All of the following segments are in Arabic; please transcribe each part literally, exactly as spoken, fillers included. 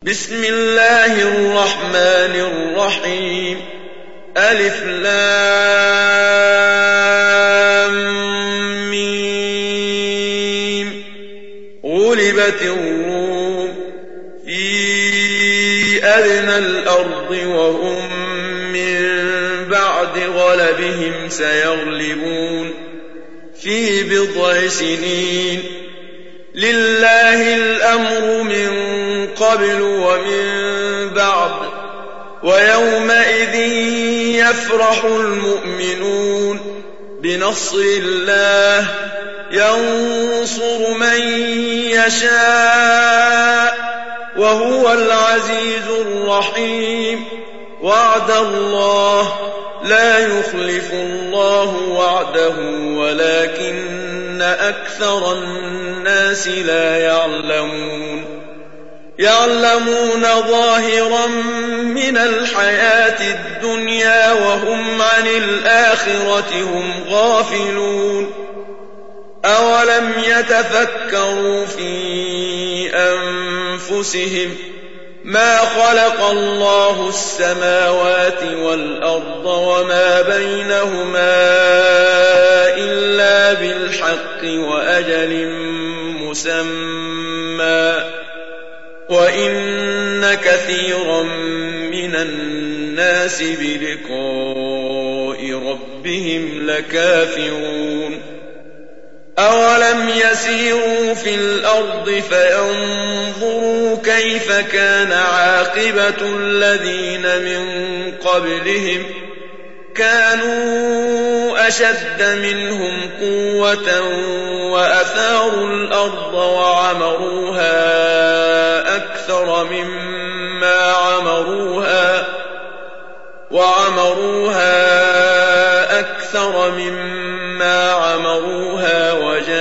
بسم الله الرحمن الرحيم ألف لام ميم غلبت الروم في أدنى الأرض وهم من بعد غلبهم سيغلبون في بضع سنين لله الأمر من قبل ومن بعد ويومئذ يفرح المؤمنون بنصر الله ينصر من يشاء وهو العزيز الرحيم وعد الله لا يخلف الله وعده ولكن أكثر الناس لا يعلمون يعلمون ظاهرا من الحياة الدنيا وهم عن الآخرة هم غافلون أولم يتفكروا في أنفسهم ما خلق الله السماوات والأرض وما بينهما إلا بالحق وأجل مسمى وإن كثيرا من الناس بلقاء ربهم لكافرون أولم يسيروا في الأرض فينظروا كيف كان عاقبة الذين من قبلهم كانوا أشد منهم قوة وأثاروا الأرض وعمروها أكثر مما عمروها وعمروها أكثر مما عمروها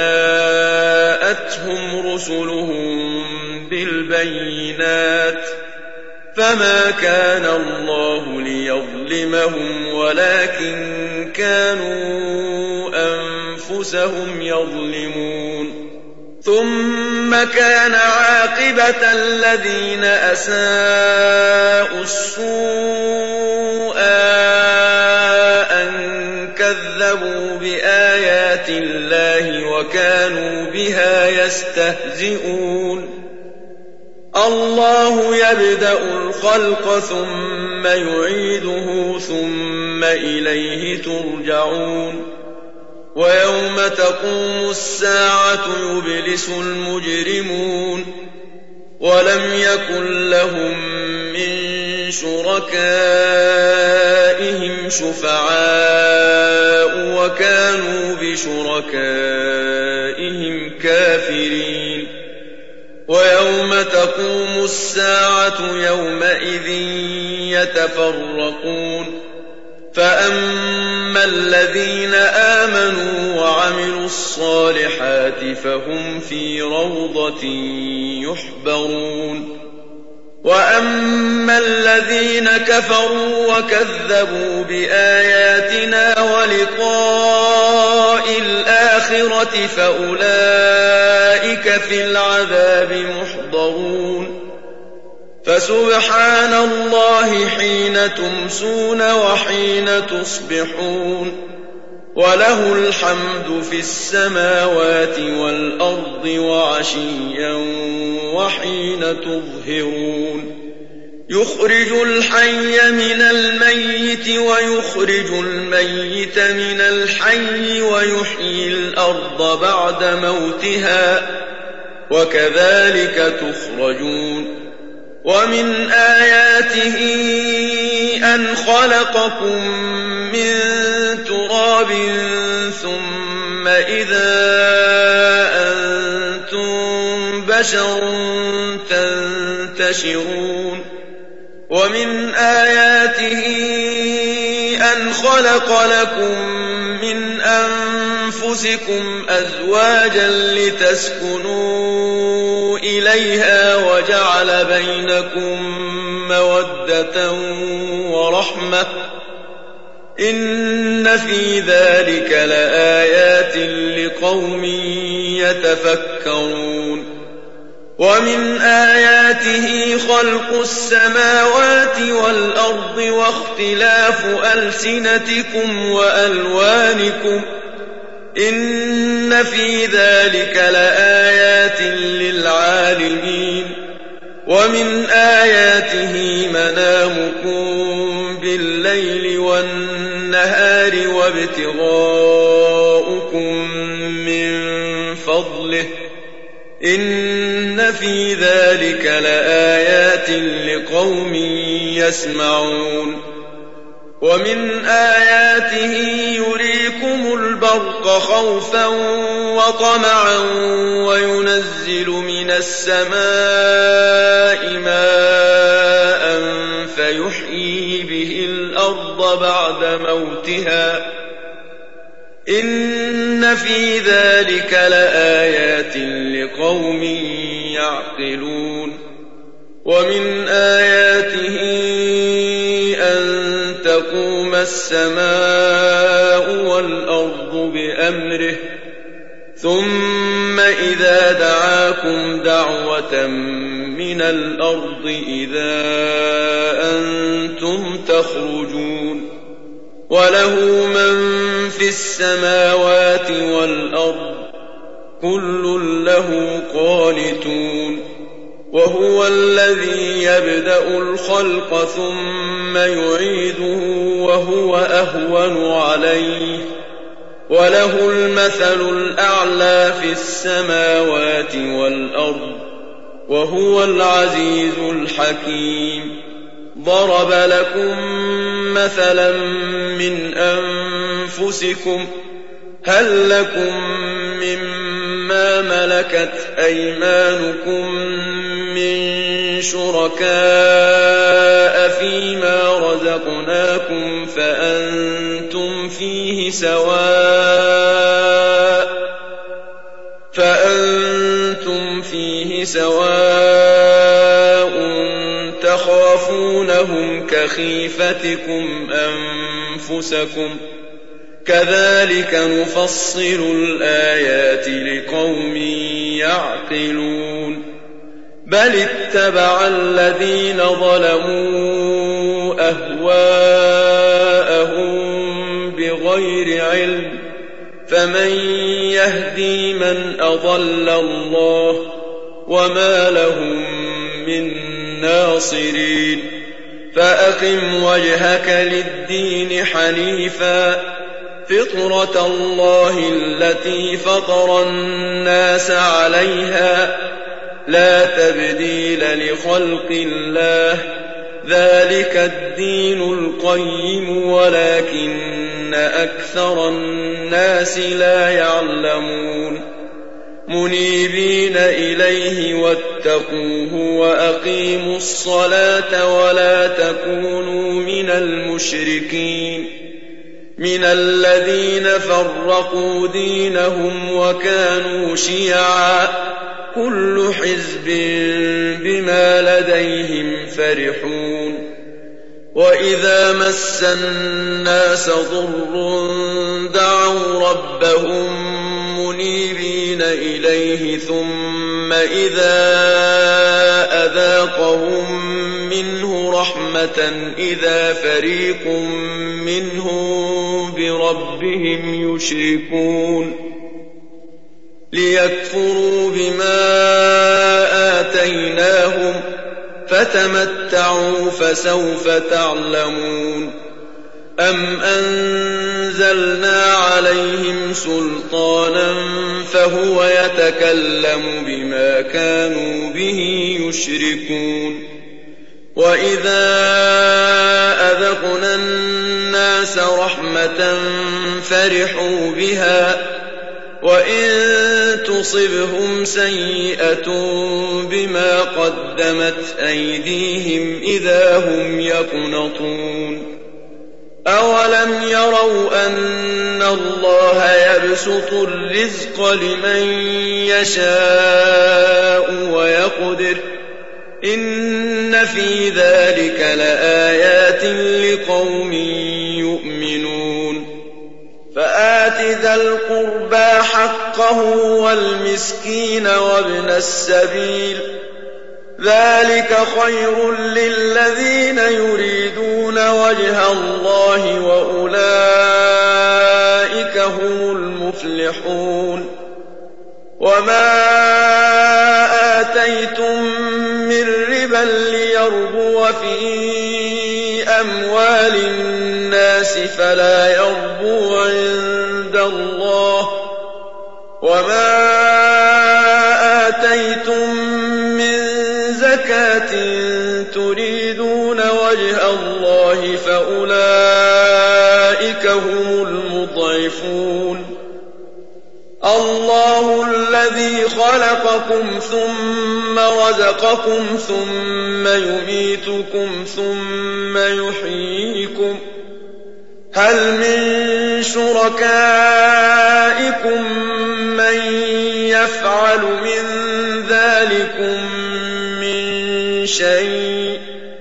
وجاءتهم رسلهم بالبينات فما كان الله ليظلمهم ولكن كانوا أنفسهم يظلمون ثم كان عاقبة الذين أساءوا السوء أن كذبوا بآيات الله وكانوا بها يستهزئون الله يبدأ الخلق ثم يعيده ثم إليه ترجعون ويوم تقوم الساعة يبلس المجرمون ولم يكن لهم من شركائهم شفعاء وكانوا بشركائهم كافرين ويوم تقوم الساعة يومئذ يتفرقون فأما الذين آمنوا وعملوا الصالحات فهم في روضة يحبرون وأما الذين كفروا وكذبوا بآياتنا ولقاء الآخرة فأولئك في العذاب محضرون فسبحان الله حين تمسون وحين تصبحون وله الحمد في السماوات والأرض وعشيا وحين تظهرون يخرج الحي من الميت ويخرج الميت من الحي ويحيي الأرض بعد موتها وكذلك تخرجون ومن آياته أن خلقكم من تراب ثم إذا أنتم بشر تنتشرون ومن آياته أن خلق لكم من أنفسكم أزواجا لتسكنوا إليها وجعل بينكم مودة ورحمة إن في ذلك لآيات لقوم يتفكرون ومن آياته خلق السماوات والأرض واختلاف ألسنتكم وألوانكم إن في ذلك لآيات للعالمين ومن آياته منامكم بالليل والنهار وابتغاؤكم من فضله إن في ذلك لآيات لقوم يسمعون ومن آياته يريكم البرق خوفا وطمعا وينزل من السماء ماء فيحيي به الأرض بعد موتها إن في ذلك لآيات لقوم يعقلون ومن آياته أن تقوم السماء والأرض بأمره ثم إذا دعاكم دعوة من الأرض إذا أنتم تخرجون وله من في السماوات والأرض كل له قانتون وهو الذي يبدأ الخلق ثم يعيده وهو أهون عليه وله المثل الأعلى في السماوات والأرض وهو العزيز الحكيم ضرب لكم مثلا من أنفسكم هل لكم مما ملكت أيمانكم من شركاء فيما رزقناكم فأنتم فيه سواء فأنتم فيه سواء تخافونهم كخيفتكم أنفسكم كذلك نفصل الآيات لقوم يعقلون بل اتبع الذين ظلموا أهواءهم بغير علم فمن يهدي من أضل الله وما لهم من ناصرين فأقم وجهك للدين حنيفا فطرة الله التي فطر الناس عليها لا تبديل لخلق الله ذلك الدين القيم ولكن أكثر الناس لا يعلمون منيبين إليه واتقوه وأقيموا الصلاة ولا تكونوا من المشركين من الذين فرقوا دينهم وكانوا شيعا كل حزب بما لديهم فرحون وإذا مس الناس ضر دعوا ربهم منيبين إليه ثم إذا أذاقهم منه رحمة إذا فريق منهم بربهم يشركون ليكفروا بما آتيناهم فتمتعوا فسوف تعلمون أم أنزلنا عليهم سلطانا فهو يتكلم بما كانوا به يشركون وإذا أذقنا الناس رحمة فرحوا بها وإن تصبهم سيئة بما قدمت أيديهم إذا هم يقنطون أولم يروا أن الله يبسط الرزق لمن يشاء ويقدر إن في ذلك لآيات لقوم يؤمنون فآت ذا القربى حقه والمسكين وابن السبيل ذلك خير للذين يريدون وجه الله وأولئك هم المفلحون وما آتيتم من ربا ليربو في أموال الناس فلا يربو عند الله وما آتيتم من زكاة تريدون وجه الله فأولئك هم المضعفون الله الذي خلقكم ثم رزقكم ثم يميتكم ثم يحييكم هل من شركائكم من يفعل من ذلكم من شيء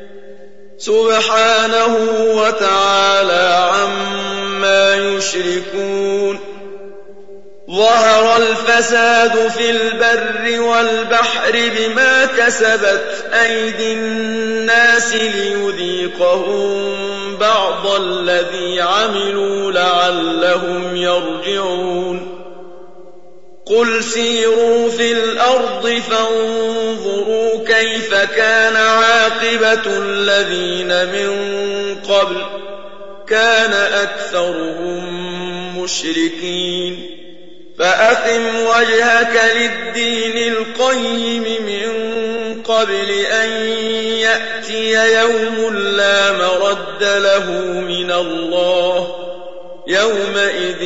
سبحانه وتعالى عما يشركون ظهر الفساد في البر والبحر بما كسبت أيدي الناس ليذيقهم بعض الذي عملوا لعلهم يرجعون قل سيروا في الأرض فانظروا كيف كان عاقبة الذين من قبل كان أكثرهم مشركين فأقم وجهك للدين القيم من قبل أن يأتي يوم لا مرد له من الله يومئذ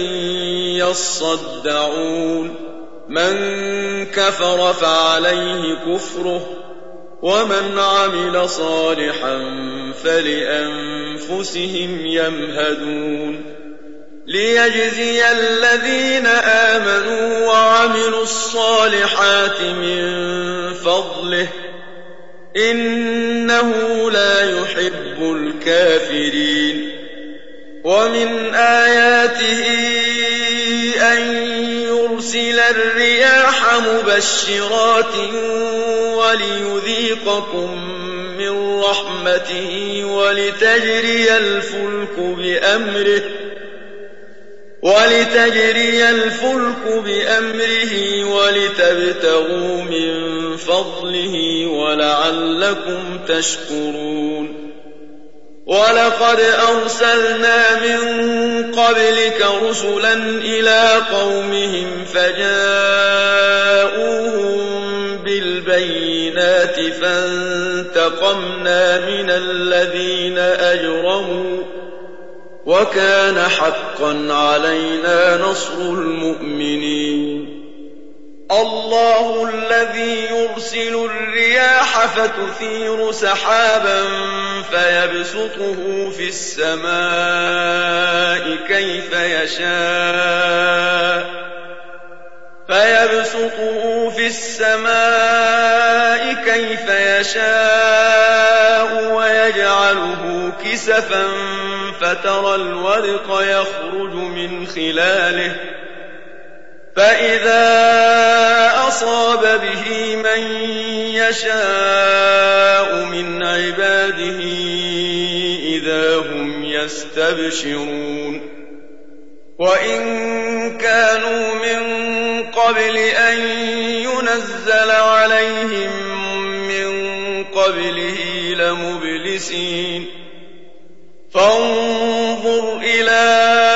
يصدعون من كفر فعليه كفره ومن عمل صالحا فلأنفسهم يمهدون ليجزي الذين آمنوا وعملوا الصالحات من فضله إنه لا يحب الكافرين ومن آياته أن يرسل الرياح مبشرات وليذيقكم من رحمته ولتجري الفلك بأمره ولتجري الفلك بأمره ولتبتغوا من فضله ولعلكم تشكرون ولقد أرسلنا من قبلك رسلا إلى قومهم فجاءوهم بالبينات فانتقمنا من الذين أجرموا وكان حقا علينا نصر المؤمنين الله الذي يرسل الرياح فتثير سحابا فيبسطه في السماء كيف يشاء فيبسطه في السماء كيف يشاء ويجعله كسفا فترى الودق يخرج من خلاله فإذا أصاب به من يشاء من عباده إذا هم يستبشرون وإن كانوا من قبل أن ينزل عليهم من قبله لمبلسين فانظر إلى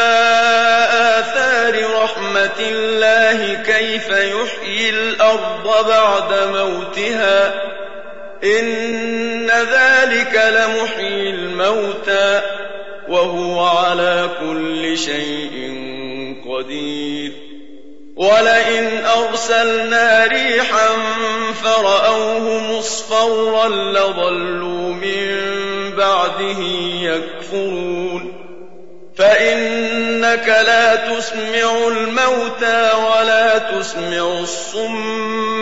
آثار رحمة الله كيف يحيي الأرض بعد موتها إن ذلك لمحيي الموتى وهو على كل شيء قدير ولئن أرسلنا ريحا فرأوه مصفرا لظلوا من بعده يكفرون فإنك لا تسمع الموتى ولا تسمع الصم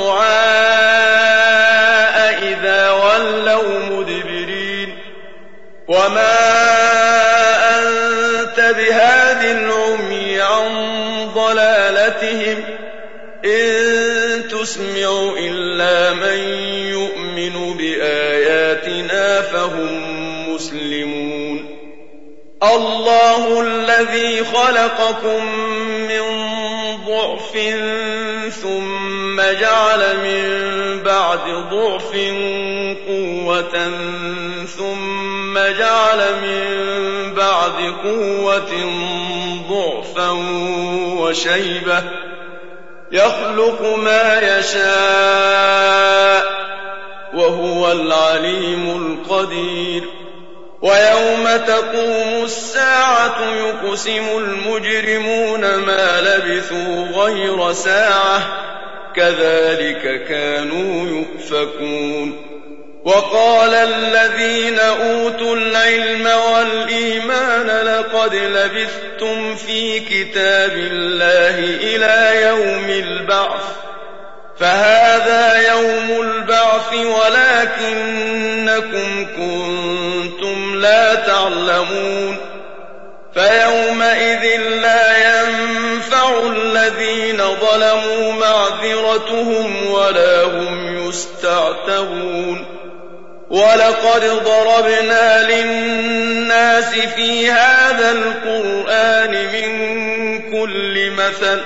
الدعاء إذا ولوا مدبرين وما أنت بهاد العمي عن آياتهم إن تسمع إلا من يؤمن بآياتنا فهم مسلمون الله الذي خلقكم من ضعف ثم جعل من بعد ضعف قوة ثم جعل من بعد قوة ضعفا وشيبة يخلق ما يشاء وهو العليم القدير ويوم تقوم الساعة يقسم المجرمون ما لبثوا غير ساعة كذلك كانوا يؤفكون وقال الذين أوتوا العلم والإيمان لقد لبثتم في كتاب الله إلى يوم البعث فهذا يوم البعث ولكنكم كنتم لا تعلمون فيومئذ لا ينفع الذين ظلموا معذرتهم ولا هم يستعتبون ولقد ضربنا للناس في هذا القرآن من كل مثل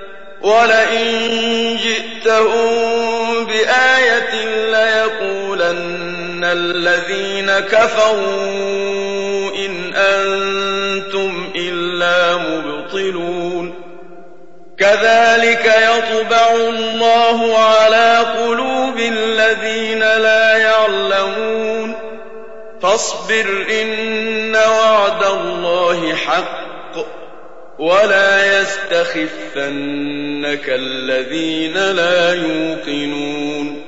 ولئن جئتهم بآية ليقولن الذين كفروا إن أنتم إلا مبطلون كذلك يطبع الله على قلوب الذين لا يعلمون فاصبر إن وعد الله حق ولا يستخفنك الذين لا يوقنون